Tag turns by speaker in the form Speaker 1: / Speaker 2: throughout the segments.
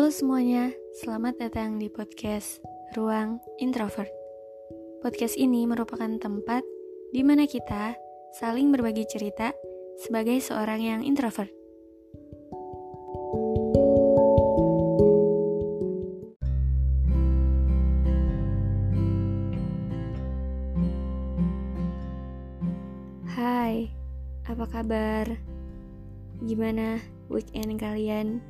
Speaker 1: Halo semuanya, selamat datang di podcast Ruang Introvert. Podcast ini merupakan tempat di mana kita saling berbagi cerita sebagai seorang yang introvert. Hai, apa kabar? Gimana weekend kalian?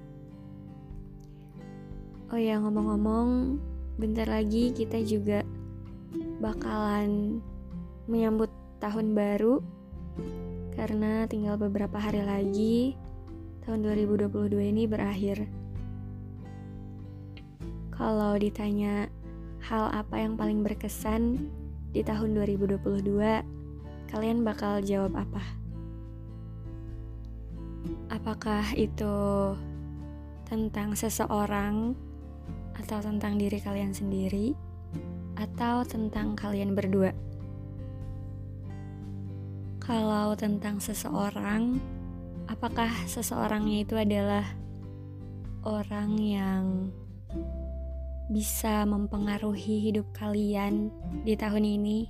Speaker 1: Oh ya, ngomong-ngomong, bentar lagi kita juga bakalan menyambut tahun baru karena tinggal beberapa hari lagi tahun 2022 ini berakhir. Kalau ditanya hal apa yang paling berkesan di tahun 2022, kalian bakal jawab apa? Apakah itu tentang seseorang, atau tentang diri kalian sendiri, atau tentang kalian berdua? Kalau tentang seseorang, apakah seseorangnya itu adalah orang yang bisa mempengaruhi hidup kalian di tahun ini?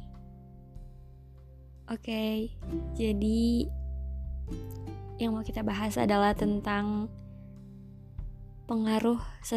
Speaker 1: Oke, jadi yang mau kita bahas adalah tentang pengaruh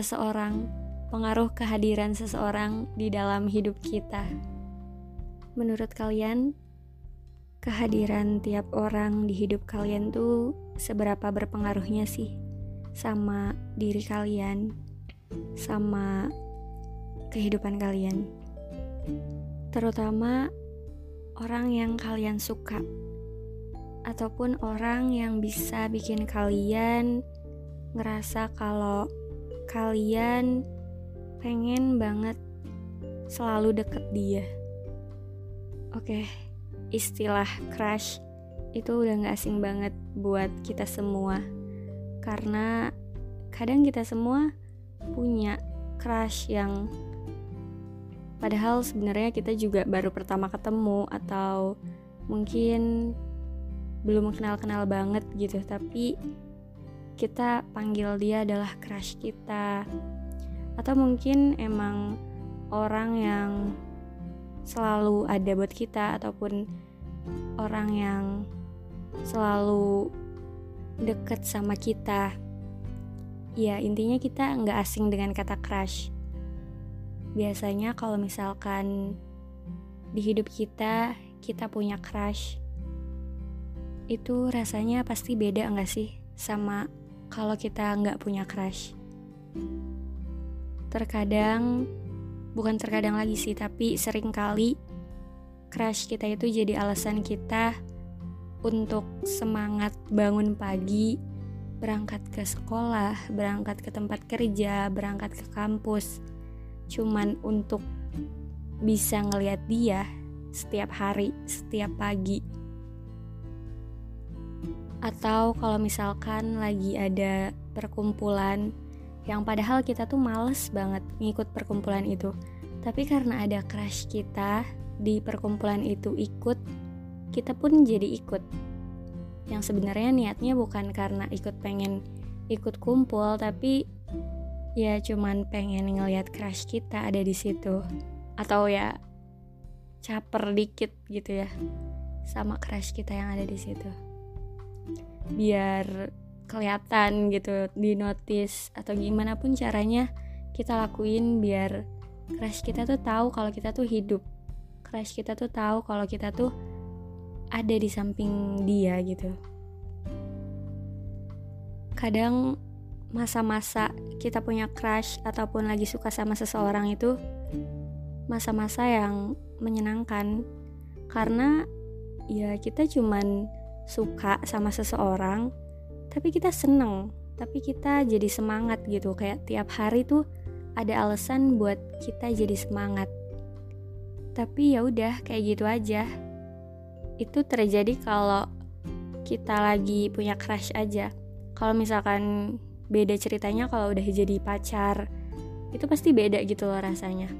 Speaker 1: kehadiran seseorang di dalam hidup kita. Menurut kalian, kehadiran tiap orang di hidup kalian tuh seberapa berpengaruhnya sih sama diri kalian, sama kehidupan kalian? Terutama orang yang kalian suka, ataupun orang yang bisa bikin kalian ngerasa kalau kalian pengen banget selalu deket dia. Oke, istilah crush itu udah gak asing banget buat kita semua, karena kadang kita semua punya crush yang padahal sebenarnya kita juga baru pertama ketemu, atau mungkin belum kenal-kenal banget gitu, tapi kita panggil dia adalah crush kita. Atau mungkin emang orang yang selalu ada buat kita, ataupun orang yang selalu deket sama kita. Ya, intinya kita gak asing dengan kata crush. Biasanya kalau misalkan di hidup kita punya crush, itu rasanya pasti beda gak sih sama kalau kita gak punya crush? Bukan terkadang lagi sih, tapi sering kali crush kita itu jadi alasan kita untuk semangat bangun pagi, berangkat ke sekolah, berangkat ke tempat kerja, berangkat ke kampus, cuman untuk bisa ngelihat dia setiap hari, setiap pagi. Atau kalau misalkan lagi ada perkumpulan yang padahal kita tuh males banget ngikut perkumpulan itu, tapi karena ada crush kita di perkumpulan itu ikut, kita pun jadi ikut. Yang sebenarnya niatnya bukan karena pengen ikut kumpul, tapi ya cuman pengen ngeliat crush kita ada di situ, atau ya caper dikit gitu ya sama crush kita yang ada di situ, biar kelihatan gitu, di notice, atau gimana pun caranya kita lakuin biar crush kita tuh tahu kalau kita tuh hidup, crush kita tuh tahu kalau kita tuh ada di samping dia gitu. Kadang masa-masa kita punya crush ataupun lagi suka sama seseorang itu masa-masa yang menyenangkan, karena ya kita cuman suka sama seseorang, tapi kita seneng, tapi kita jadi semangat gitu. Kayak tiap hari tuh ada alasan buat kita jadi semangat. Tapi ya udah kayak gitu aja. Itu terjadi kalau kita lagi punya crush aja. Kalau misalkan beda ceritanya kalau udah jadi pacar, itu pasti beda gitu loh rasanya.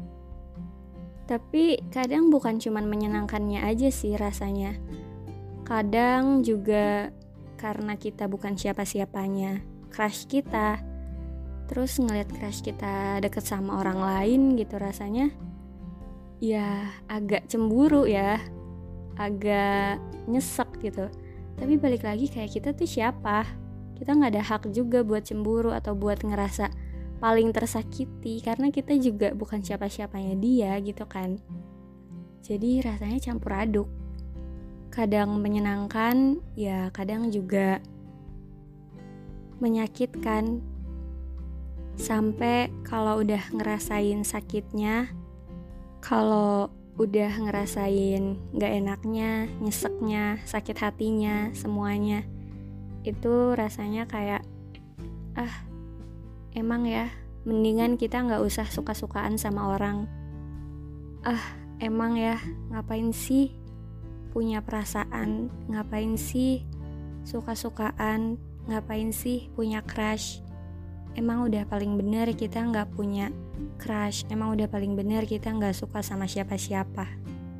Speaker 1: Tapi kadang bukan cuman menyenangkannya aja sih rasanya. Kadang juga karena kita bukan siapa-siapanya, crush kita terus ngeliat crush kita deket sama orang lain gitu, rasanya ya agak cemburu ya, agak nyesek gitu. Tapi balik lagi, kayak kita tuh siapa? Kita gak ada hak juga buat cemburu atau buat ngerasa paling tersakiti, karena kita juga bukan siapa-siapanya dia gitu kan. Jadi rasanya campur aduk, kadang menyenangkan, ya kadang juga menyakitkan. Sampai kalau udah ngerasain sakitnya, kalau udah ngerasain gak enaknya, nyeseknya, sakit hatinya, semuanya, itu rasanya kayak emang ya, mendingan kita gak usah suka-sukaan sama orang. Emang ya, ngapain sih punya perasaan, ngapain sih suka-sukaan, ngapain sih punya crush. Emang udah paling bener kita gak punya crush, emang udah paling bener kita gak suka sama siapa-siapa.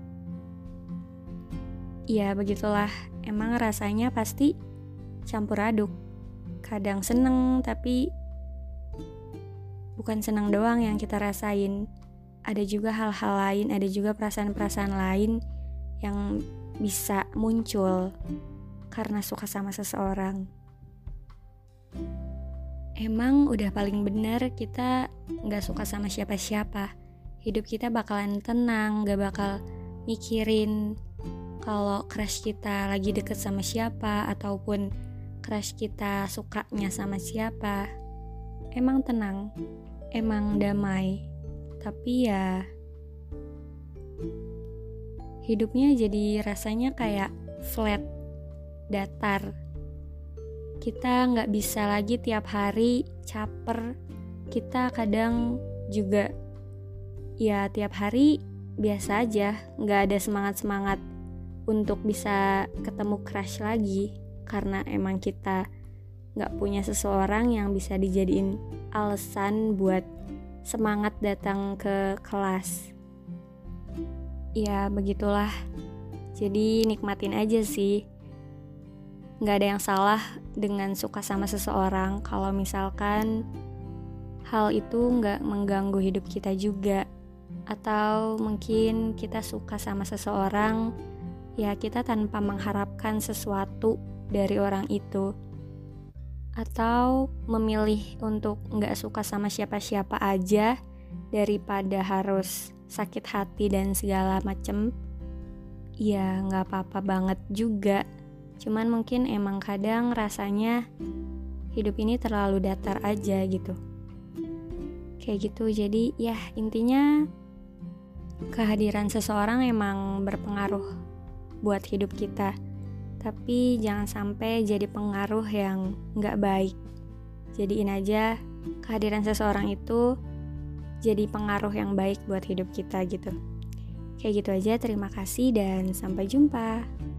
Speaker 1: Ya begitulah, emang rasanya pasti campur aduk. Kadang seneng, tapi bukan seneng doang yang kita rasain. Ada juga hal-hal lain, ada juga perasaan-perasaan lain yang bisa muncul karena suka sama seseorang. Emang udah paling bener kita gak suka sama siapa-siapa. Hidup kita bakalan tenang, gak bakal mikirin kalau crush kita lagi deket sama siapa, ataupun crush kita sukanya sama siapa. Emang tenang, emang damai. Tapi ya hidupnya jadi rasanya kayak flat, datar. Kita gak bisa lagi tiap hari caper. Kita kadang juga ya tiap hari biasa aja, gak ada semangat-semangat untuk bisa ketemu crush lagi, karena emang kita gak punya seseorang yang bisa dijadiin alasan buat semangat datang ke kelas. Ya begitulah, jadi nikmatin aja sih. Gak ada yang salah dengan suka sama seseorang kalau misalkan hal itu gak mengganggu hidup kita juga. Atau mungkin kita suka sama seseorang, ya kita tanpa mengharapkan sesuatu dari orang itu. Atau memilih untuk gak suka sama siapa-siapa aja daripada harus sakit hati dan segala macem. Ya gak apa-apa banget juga. Cuman mungkin emang kadang rasanya hidup ini terlalu datar aja gitu. Kayak gitu, jadi ya intinya kehadiran seseorang emang berpengaruh buat hidup kita. Tapi jangan sampai jadi pengaruh yang gak baik. Jadiin aja kehadiran seseorang itu jadi pengaruh yang baik buat hidup kita gitu. Kayak gitu aja, terima kasih dan sampai jumpa.